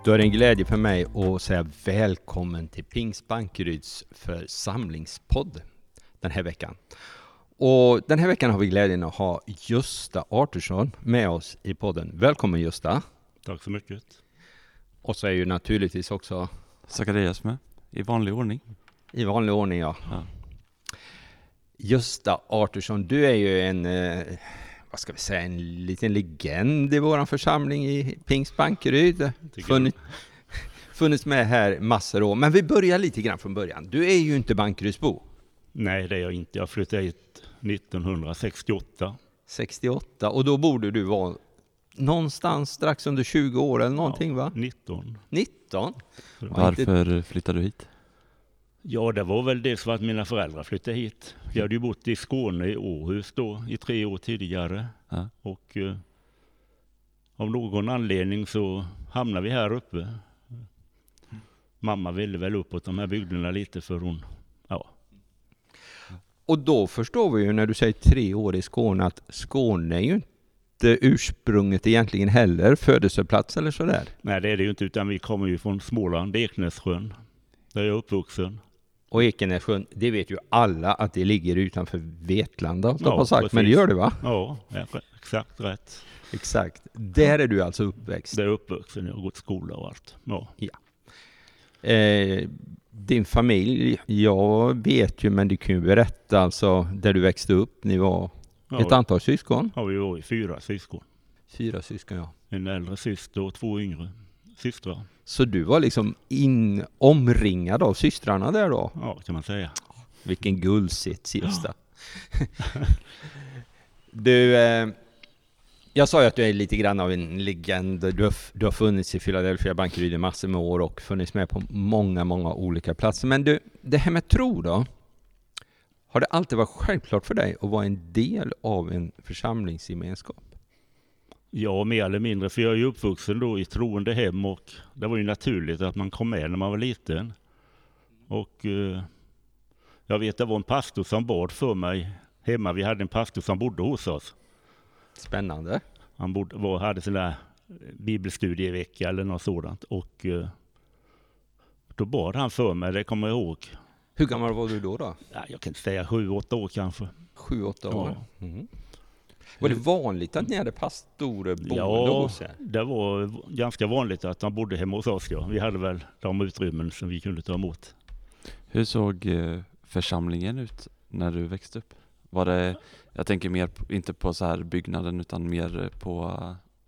Då är det en glädje för mig att säga välkommen till Pingst Bankeryds församlingspodd den här veckan. Och den här veckan har vi glädjen att ha Gösta Artursson med oss i podden. Välkommen Gösta. Tack så mycket. Och så är ju naturligtvis också Zacharias med, i vanlig ordning. I vanlig ordning, ja. Gösta Artursson, du är ju en liten legend i våran församling i Pingst Bankeryd. Funnits med här massor år. Men vi börjar lite grann från början. Du är ju inte Bankerydsbo. Nej, det är jag inte. Jag flyttade hit 1968. 68, och då borde du vara någonstans strax under 20 år eller någonting, va? 19. 19? Varför flyttade du hit? Ja, det var väl det så att mina föräldrar flyttade hit. Vi hade ju bott i Skåne i Århus då i 3 år tidigare. Ja. Och av någon anledning så hamnade vi här uppe. Mamma ville väl uppåt de här bygderna lite för hon, ja. Och då förstår vi ju när du säger 3 år i Skåne att Skåne är ju inte ursprunget egentligen heller, födelseplats eller sådär. Nej, det är det ju inte, utan vi kommer ju från Småland, Eknässjön, där jag är uppvuxen. Och Ekenässjön, det vet ju alla att det ligger utanför Vetlanda, Ja, sagt, men det gör det, va? Ja, exakt rätt. Exakt. Där är du alltså uppväxt. Det är uppvuxen, jag har gått skola och allt. Ja. Din familj, jag vet ju, men du kan ju berätta alltså där du växte upp. Ni var ett antal syskon. Ja, vi var 4 syskon. 4 syskon, ja. En äldre syster och 2 yngre systrar. Så du var liksom omringad av systrarna där då? Ja, kan man säga. Vilken guldsits, Gösta. Du, jag sa ju att du är lite grann av en legend. Du har funnits i Philadelphia Bankeryd i massor med år och funnits med på många olika platser. Men du, det här med tro då? Har det alltid varit självklart för dig att vara en del av en församlingsgemenskap? Ja, mer eller mindre. För jag är ju uppvuxen då i troende hem och det var ju naturligt att man kom med när man var liten. Och jag vet det var en pastor som bad för mig hemma. Vi hade en pastor som bodde hos oss. Spännande. Han hade sån där bibelstudievecka eller något sådant. Och då bad han för mig, det kommer jag ihåg. Hur gammal var du då? Ja, jag kan inte säga 7-8 år kanske. 7-8 år? Ja. Mm. Var det vanligt att ni hade pastorer boende hos er? Ja, det var ganska vanligt att han bodde hemma hos oss. Ja. Vi hade väl de utrymmen som vi kunde ta emot. Hur såg församlingen ut när du växte upp? Var det, jag tänker mer inte på så här byggnaden utan mer på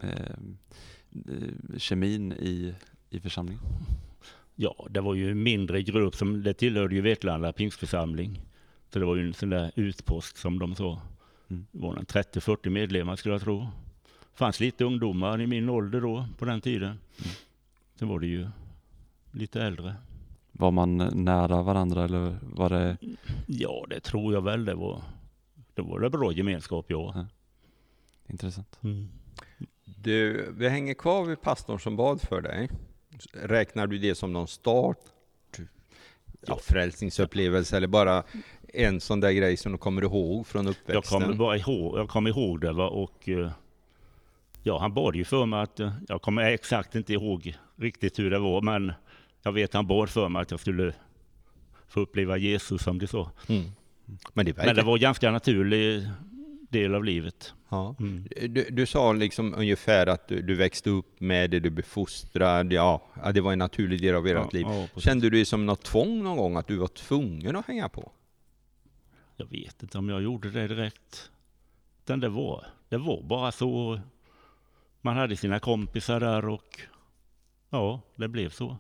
kemin i församlingen? Ja, det var ju en mindre grupp som det tillhörde ju Vetlanda pingstförsamling. Så det var ju en sån där utpost som de sa. Det var 30-40 medlemmar skulle jag tro. Det fanns lite ungdomar i min ålder då på den tiden. Sen var det ju lite äldre. Var man nära varandra eller var det? Ja, det tror jag väl. Det var det bra gemenskap, ja. Intressant. Du, vi hänger kvar vid pastorn som bad för dig. Räknar du det som någon start? Ja, frälsningsupplevelse eller bara en sån där grej som du kommer ihåg från uppväxten? Jag kommer ihåg det, va? Och ja, han bad ju för mig att jag kommer exakt inte ihåg riktigt hur det var, men jag vet han bad för mig att jag skulle få uppleva Jesus som det så. Men det var ganska naturlig del av livet. Ja. Du sa liksom ungefär att du växte upp med det, du befostrad, ja, det var en naturlig del av ert liv. Ja, kände du det som något tvång någon gång att du var tvungen att hänga på? Jag vet inte om jag gjorde det direkt. Men det var bara så. Man hade sina kompisar där och ja, det blev så.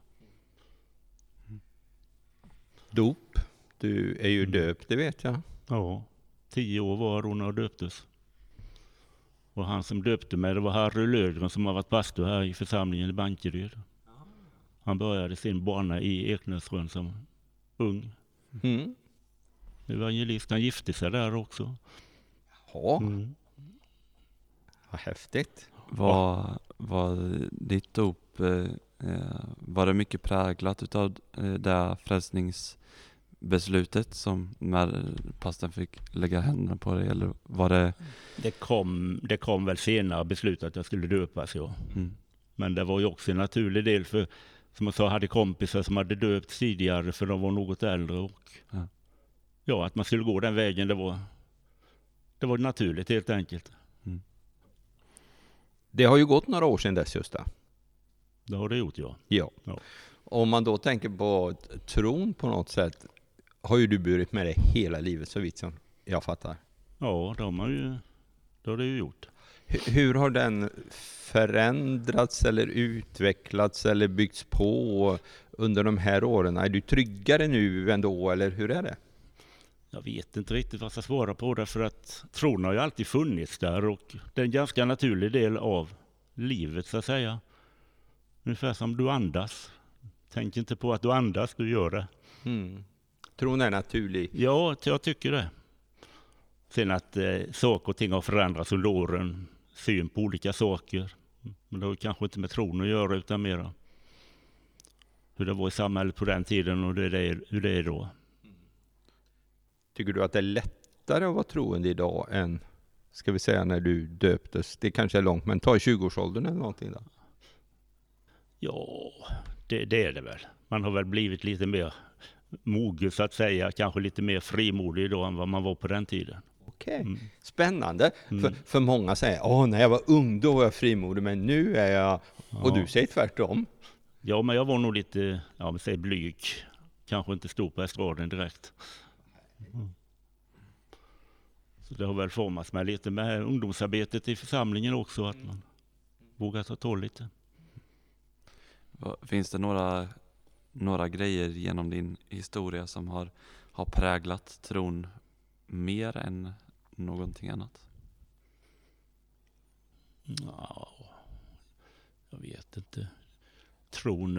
Dop? Du är ju döpt, det vet jag. Ja, 10 år var hon och döptes. Och han som döpte mig, det var Harry Lögren som har varit pastor här i församlingen i Bankeryd. Han började sin bana i Eknässjön som ung. Evangelist, han gifte sig där också. Ja, vad häftigt. Var ditt dop, var det mycket präglat utav det frälsningsbeslutet som när pastorn fick lägga händerna på dig, eller var det? Det kom väl senare beslutet att jag skulle döpas, ja. Men det var ju också en naturlig del för, som jag sa, hade kompisar som hade döpt tidigare för de var något äldre och ja, att man skulle gå den vägen, det var naturligt helt enkelt. Mm. Det har ju gått några år sedan dess just det. Det har det gjort, ja. Ja. Ja. Om man då tänker på tron på något sätt, har ju du burit med dig hela livet så vitt som jag fattar. Ja, det har det ju gjort. Hur har den förändrats eller utvecklats eller byggts på under de här åren? Är du tryggare nu ändå, eller hur är det? Jag vet inte riktigt vad jag ska svara på det, för att tron har ju alltid funnits där och det är en ganska naturlig del av livet så att säga. Ungefär som du andas. Tänk inte på att du andas, du gör det. Tron är naturlig. Ja, jag tycker det. Sen att saker och ting har förändrats under åren, syn på olika saker. Men det har kanske inte med tron att göra utan mer hur det var i samhället på den tiden och hur det är då. Tycker du att det är lättare att vara troende idag än, ska vi säga, när du döptes? Det kanske är långt, men ta i 20-årsåldern eller någonting då. Ja, det är det väl. Man har väl blivit lite mer mogen så att säga, kanske lite mer frimodig idag än vad man var på den tiden. Okej. Spännande. För många säger, när jag var ung då var jag frimodig, men nu är jag, och du säger tvärtom. Ja, men jag var nog lite, blyg. Kanske inte stod på estraden direkt. Så det har väl formats med lite med ungdomsarbetet i församlingen också, att man vågar ta tål lite. Finns det några grejer genom din historia som har präglat tron mer än någonting annat? Ja, jag vet inte. Tron,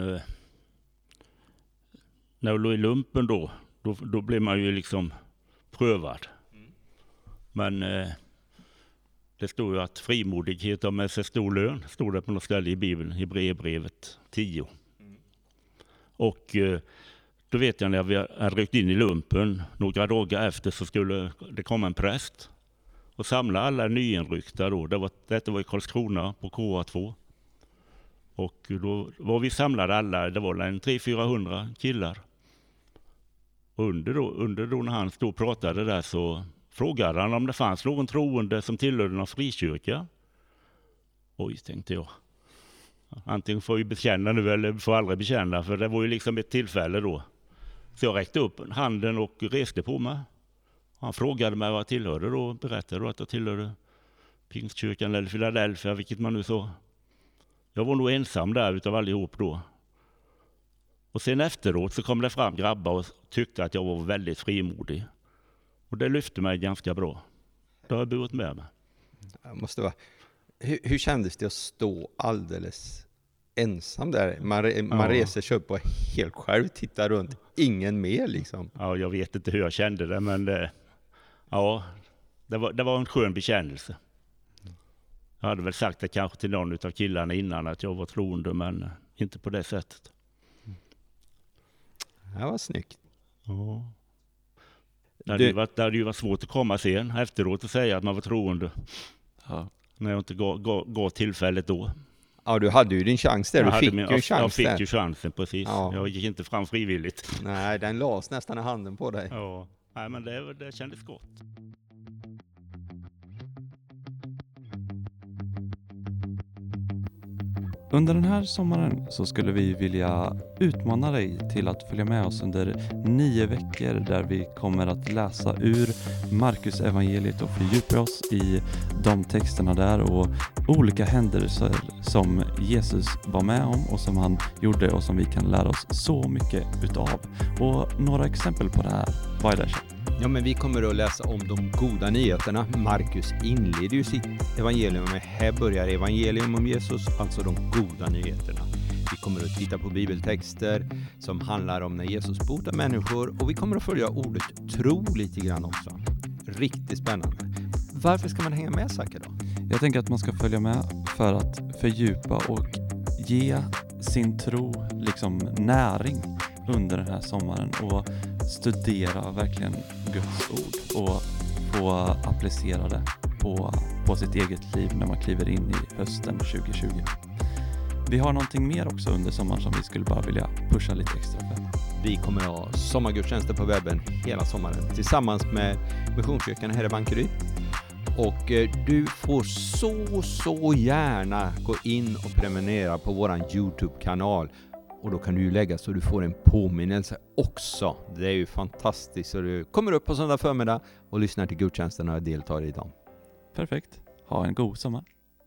när jag låg i lumpen då blev man ju liksom prövad. Men det står ju att frimodighet har med sig stor lön. Står det på något ställe i Bibeln, Hebreerbrevet 10. Och då vet jag när vi hade ryckt in i lumpen, några dagar efter så skulle det komma en präst och samla alla nyinryckta då. Detta var i Karlskrona på KA2. Och då var vi samlade alla, det var en 300-400 killar. Och under då när han stod och pratade där så frågade han om det fanns någon troende som tillhörde någon frikyrka. Oj, tänkte jag. Antingen får vi bekänna nu eller får aldrig bekänna, för det var ju liksom ett tillfälle då. Så jag räckte upp handen och reste på mig. Han frågade mig vad jag tillhörde då och berättade då att jag tillhörde Pingstkyrkan eller Philadelphia, vilket man nu sa. Jag var nog ensam där utav allihop då. Och sen efteråt så kom det fram grabbar och tyckte att jag var väldigt frimodig. Och det lyfte mig ganska bra. Det har jag burit med mig. Måste vara. Hur kändes det att stå alldeles ensam där? Man reser sig upp och helt själv tittar runt. Ingen mer liksom. Ja, jag vet inte hur jag kände det, men det var en skön bekännelse. Jag hade väl sagt det kanske till någon av killarna innan att jag var troende, men inte på det sättet. Det var snyggt. Ja. Det hade ju varit svårt att komma sen efteråt och säga att man var troende. Ja. När jag inte gav tillfället då. Ja, du hade ju din chans där. Jag fick ju chansen, precis. Ja. Jag gick inte fram frivilligt. Nej, den lades nästan i handen på dig. Ja. Nej, men det kändes gott. Under den här sommaren så skulle vi vilja utmana dig till att följa med oss under 9 veckor där vi kommer att läsa ur Markus evangeliet och fördjupa oss i de texterna där och olika händelser som Jesus var med om och som han gjorde och som vi kan lära oss så mycket utav. Och några exempel på det här, vad är det? Ja, men vi kommer att läsa om de goda nyheterna. Markus inleder ju sitt evangelium med här börjar evangelium om Jesus, alltså de goda nyheterna. Vi kommer att titta på bibeltexter som handlar om när Jesus botar människor och vi kommer att följa ordet tro lite grann också. Riktigt spännande. Varför ska man hänga med, Zacke då? Jag tänker att man ska följa med för att fördjupa och ge sin tro liksom näring under den här sommaren och studera verkligen Guds ord och få applicera det på sitt eget liv när man kliver in i hösten 2020. Vi har någonting mer också under sommaren som vi skulle bara vilja pusha lite extra för. Vi kommer att ha sommargudstjänster på webben hela sommaren tillsammans med Missionskyrkan här i Bankeryd. Och du får så gärna gå in och prenumerera på våran YouTube-kanal. Och då kan du ju lägga så du får en påminnelse också. Det är ju fantastiskt. Så du kommer upp på söndag förmiddag och lyssnar till gudstjänsterna och deltar i dem. Perfekt. Ha en god sommar.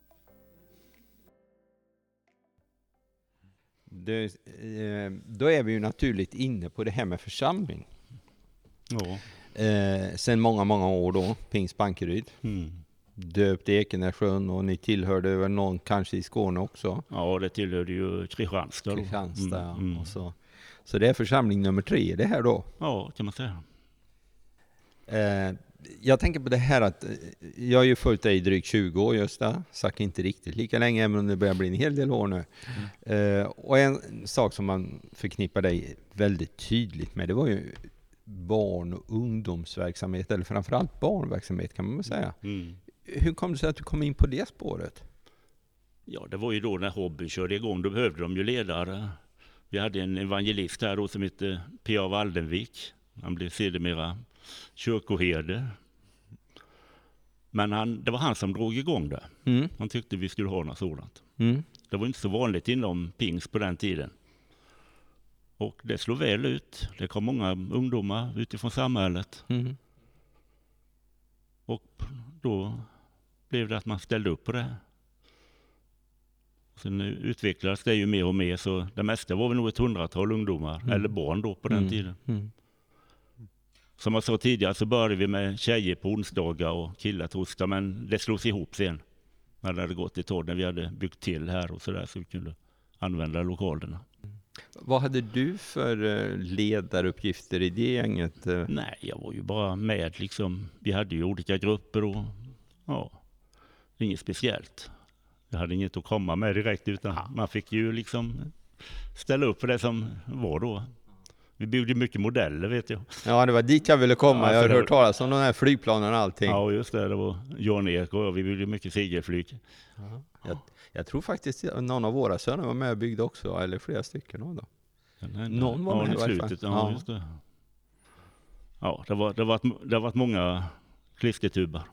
Då är vi ju naturligt inne på det här med församling. Ja. Sen många år då, Pingst Bankeryd. Döpt i Ekenässjön och ni tillhörde väl någon kanske i Skåne också? Ja, det tillhörde ju Kristianstad. Och så det är församling nummer 3 det här då? Ja, kan man säga. Jag tänker på det här att jag har ju följt dig i drygt 20 år just där. Sagt inte riktigt lika länge, även om det börjar bli en hel del år nu. Och en sak som man förknippar dig väldigt tydligt med, det var ju barn- och ungdomsverksamhet, eller framförallt barnverksamhet kan man väl säga. Hur kom det sig att du kom in på det spåret? Ja, det var ju då när hobbyn körde igång. Då behövde de ju ledare. Vi hade en evangelist här då som hette P.A. Waldenvik. Han blev sedermera kyrkoherde. Men det var han som drog igång det. Han tyckte vi skulle ha något sådant. Det var inte så vanligt inom Pingst på den tiden. Och det slog väl ut. Det kom många ungdomar utifrån samhället. Och då blev det att man ställde upp på det. Sen utvecklades det ju mer och mer, så det mesta var väl nog ett 100-tal ungdomar, eller barn då på den tiden. Som jag sa tidigare så började vi med tjejer på onsdagar och killar torsdag, men det slogs ihop sen. När det hade gått ett år, när vi hade byggt till här och sådär, så vi kunde använda lokalerna. Vad hade du för ledaruppgifter i det gänget? Nej, jag var ju bara med liksom. Vi hade ju olika grupper och ja, inget speciellt. Jag hade inget att komma med direkt, utan man fick ju liksom ställa upp för det som var då. Vi byggde mycket modeller, vet jag. Ja, det var dit jag ville komma. Ja, jag har hört talas om de här flygplanen och allting. Ja, just det. Det var Jan Erik och vi byggde mycket segelflyg. Jag tror faktiskt någon av våra söner var med och byggde också, eller flera stycken då. Någon var med i slutet. Ja, just det. Ja, det har varit många klistertuber.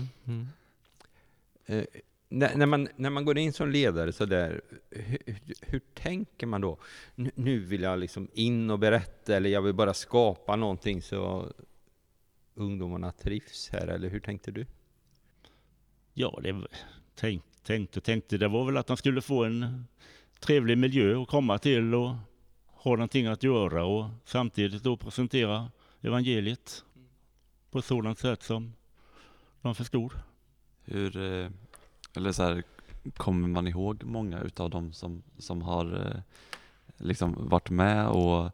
När man går in som ledare så där, hur tänker man då? Nu vill jag liksom in och berätta, eller jag vill bara skapa någonting så ungdomarna trivs här, eller hur tänkte du? Ja, det tänkte det var väl att de skulle få en trevlig miljö att komma till och ha någonting att göra, och samtidigt då presentera evangeliet på ett sådant sätt som de förstod. Eller så här, kommer man ihåg många utav dem som har liksom varit med, och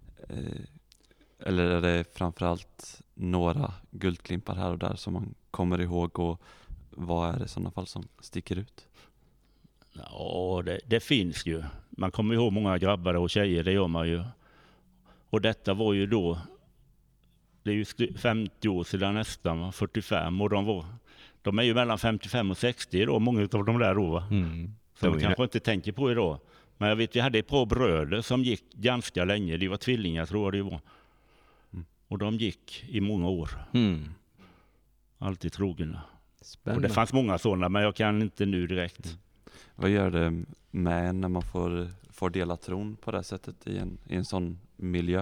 eller är det framförallt några guldklimpar här och där som man kommer ihåg, och vad är det i sådana fall som sticker ut? Ja, det finns ju. Man kommer ihåg många grabbar och tjejer, det gör man ju. Och detta var ju då, det är ju 50 år sedan nästan, 45, och de är ju mellan 55 och 60 då, många av de där då. Som man kanske inte tänker på idag. Men jag vet, vi hade ett par bröder som gick ganska länge. De var tvillingar, tror jag det var. Och de gick i många år. Alltid trogna. Spännande. Och det fanns många sådana, men jag kan inte nu direkt. Vad gör det med när man får dela tron på det sättet i en sån miljö?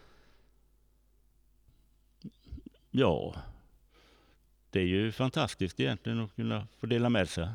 Ja, det är ju fantastiskt egentligen att kunna få dela med sig.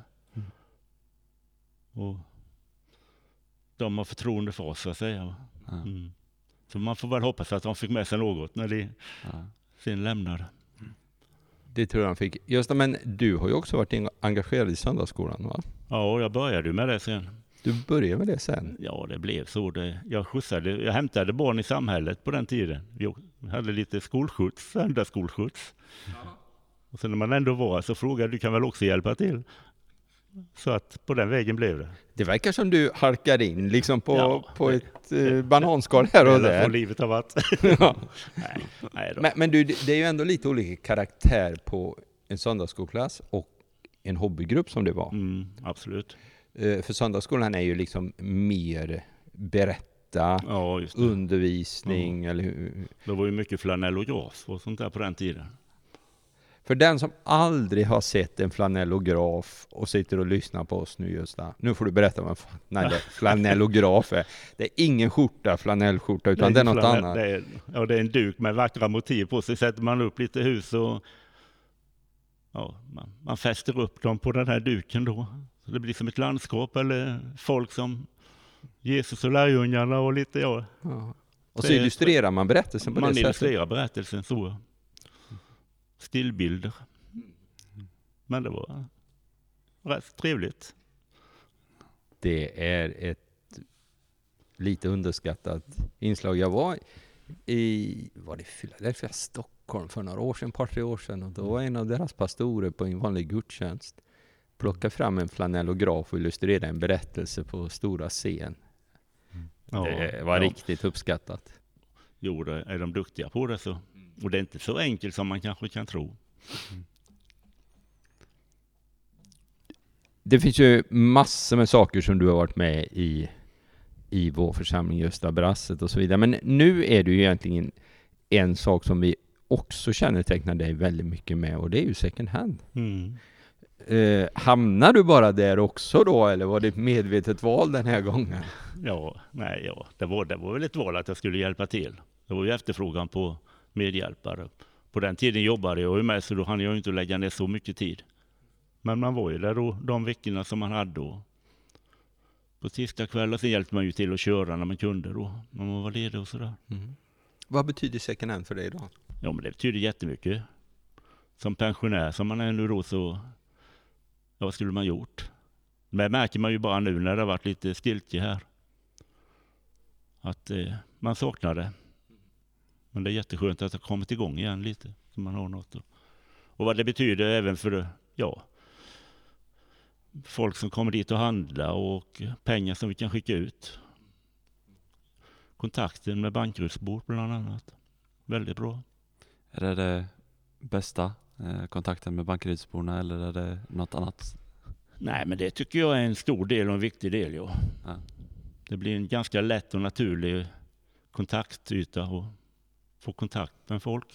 Och de har förtroende för oss, så att säga. Så man får väl hoppas att de fick med sig något när de sen lämnade. Det tror jag de fick. Just det, men du har ju också varit engagerad i söndagsskolan, va? Ja, jag började med det sen. Du började med det sen? Ja, det blev så. Jag hämtade barn i samhället på den tiden. Vi hade lite skolskjuts, söndagsskolskjuts. Och sen när man ändå var så frågade du kan väl också hjälpa till. Så att på den vägen blev det. Det verkar som du halkade in liksom på ett bananskal här och där. Livet har varit. Nej då. Men du, det är ju ändå lite olika karaktär på en söndagsskolklass och en hobbygrupp som det var. Absolut. För söndagsskolan är ju liksom mer berätta, Ja, just det. undervisning. Eller hur? Det var ju mycket flanellograf och sånt där på den tiden. För den som aldrig har sett en flanellograf och sitter och lyssnar på oss nu just där. Nu får du berätta vad en flanellograf är. Det är ingen skjorta, flanellskjorta, utan det är något annat. Det är en duk med vackra motiv på sig. Sätter man upp lite hus och man fäster upp dem på den här duken då. Så det blir som ett landskap eller folk som Jesus och lärjungarna och lite Ja. Och så illustrerar man berättelsen på det sättet. Man illustrerar berättelsen så. Stillbilder. Men det var rätt trevligt. Det är ett lite underskattat inslag. Jag var i Philadelphia, Stockholm för några år sedan, ett par 3 år sedan. Och då var en av deras pastorer på en vanlig gudstjänst plocka fram en flanellograf och illustrera en berättelse på stora scen. Det var riktigt uppskattat. Jo, det är de duktiga på det så. Och det är inte så enkelt som man kanske kan tro. Det finns ju massor med saker som du har varit med i vår församling, Gösta Brasset och så vidare. Men nu är det ju egentligen en sak som vi också kännetecknar dig väldigt mycket med, och det är ju second hand. Hamnar du bara där också då, eller var det ett medvetet val den här gången? Det var väl ett val att jag skulle hjälpa till. Det var ju efterfrågan på medhjälpare. På den tiden jobbade jag ju med, så då hann jag ju inte lägga ner så mycket tid. Men man var ju där då, de veckorna som man hade då. På sista kvällen så hjälpte man ju till att köra när man kunde då. När man var ledig och sådär. Vad betyder second hand för dig då? Ja, men det betyder jättemycket. Som pensionär som man är nu då så... Ja, vad skulle man gjort? Men det märker man ju bara nu när det har varit lite stiltje här. Att man saknar det. Men det är jätteskönt att det har kommit igång igen lite. Så man har något. Och vad det betyder även för folk som kommer dit och handlar och pengar som vi kan skicka ut. Kontakten med bankrullsbord bland annat. Väldigt bra. Är det bästa kontakten med bankrullsborna, eller är det något annat? Nej, men det tycker jag är en stor del och en viktig del. Ja. Det blir en ganska lätt och naturlig kontaktyta och få kontakt med folk.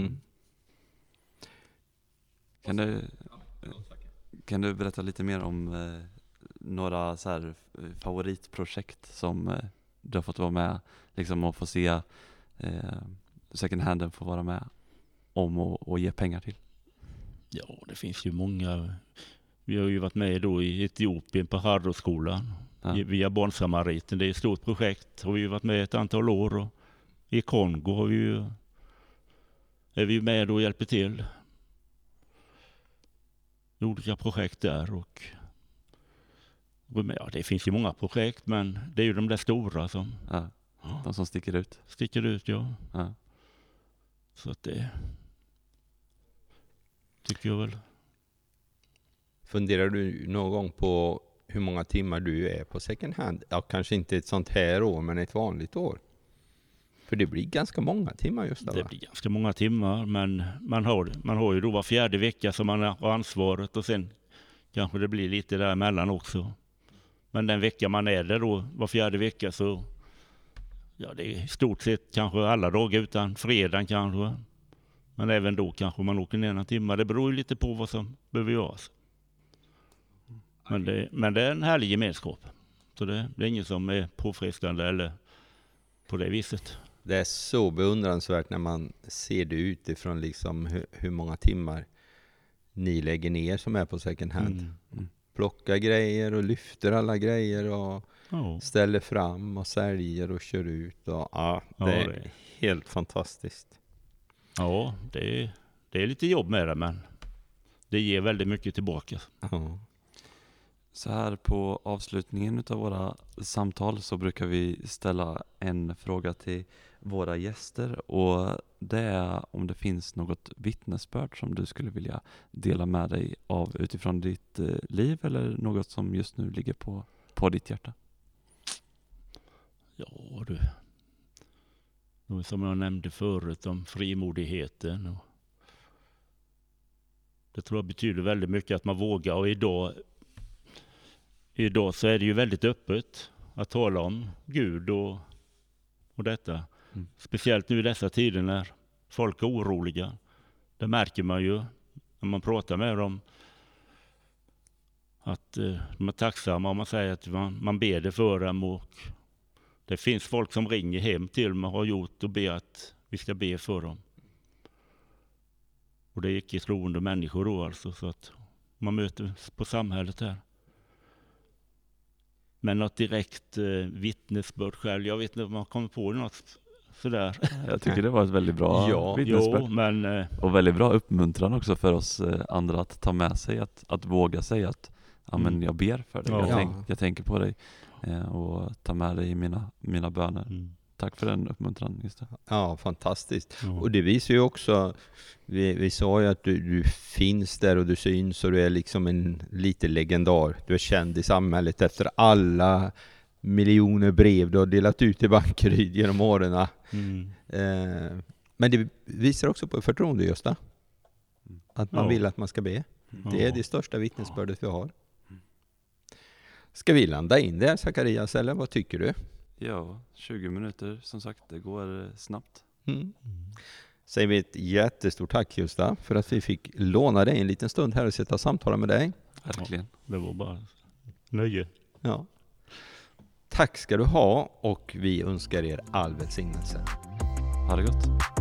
Kan du berätta lite mer om några så här favoritprojekt som du har fått vara med liksom, och få se second handen få vara med om och ge pengar till? Ja, det finns ju många. Vi har ju varit med då i Etiopien på Harroskolan via Barnsamariten. Det är ett stort projekt. Har vi ju varit med ett antal år. Och i Kongo är vi med då och hjälper till. Olika projekt där. Och det finns ju många projekt, men det är ju de där stora som... De som sticker ut. Sticker ut, ja. Så att det tycker jag väl. Funderar du någon gång på hur många timmar du är på second hand? Ja, kanske inte ett sånt här år, men ett vanligt år. För det blir ganska många timmar just där. Det blir ganska många timmar, men man har ju då var 4:e vecka som man har ansvaret, och sen kanske det blir lite däremellan också. Men den vecka man är där då, var 4:e vecka, så det är i stort sett kanske alla dagar utan fredagen kanske. Men även då kanske man åker ner några timmar. Det beror ju lite på vad som behöver göras. Men det är en härlig gemenskap. Så det är ingen som är påfrestande eller på det viset. Det är så beundransvärt när man ser det utifrån liksom hur många timmar ni lägger ner som är på second hand. Plockar grejer och lyfter alla grejer och ställer fram och säljer och kör ut. Och, det är helt fantastiskt. Ja, det är lite jobb med det, men det ger väldigt mycket tillbaka. Så här på avslutningen av våra samtal så brukar vi ställa en fråga till våra gäster, och det är om det finns något vittnesbörd som du skulle vilja dela med dig av utifrån ditt liv, eller något som just nu ligger på ditt hjärta. Ja du, som jag nämnde förut om frimodigheten, och det tror jag betyder väldigt mycket att man vågar. Och idag idag så är det ju väldigt öppet att tala om Gud och detta. Speciellt nu i dessa tider när folk är oroliga. Det märker man ju när man pratar med dem. Att de är tacksamma om man säger att man ber det för dem. Och det finns folk som ringer hem till mig och har gjort och ber att vi ska be för dem. Och det är icke troende människor då alltså. Så att man möter på samhället här. Men något direkt vittnesbörd själv. Jag vet inte om man kommer på något sådär. Jag tycker det var ett väldigt bra vittnesbörd. Jo, men... Och väldigt bra uppmuntran också för oss andra att ta med sig. Att våga säga att men jag ber för dig. Jag tänker på dig. Och ta med dig i mina böner. Tack för den uppmuntran, just det. Ja, fantastiskt. Och det visar ju också, vi sa ju att du finns där och du syns och du är liksom en lite legendar. Du är känd i samhället efter alla miljoner brev du har delat ut i Bankeryd genom åren. Men det visar också på förtroende, Gösta. Att man vill att man ska be. Det är det största vittnesbördet vi har. Ska vi landa in där, Zacharias, eller vad tycker du? Ja, 20 minuter som sagt, det går snabbt. Säger vi ett jättestort tack, Gösta, för att vi fick låna dig en liten stund här och sitta och samtala med dig. Verkligen. Det var bara nöje. Ja. Tack ska du ha och vi önskar er all välsignelse. Ha det gott.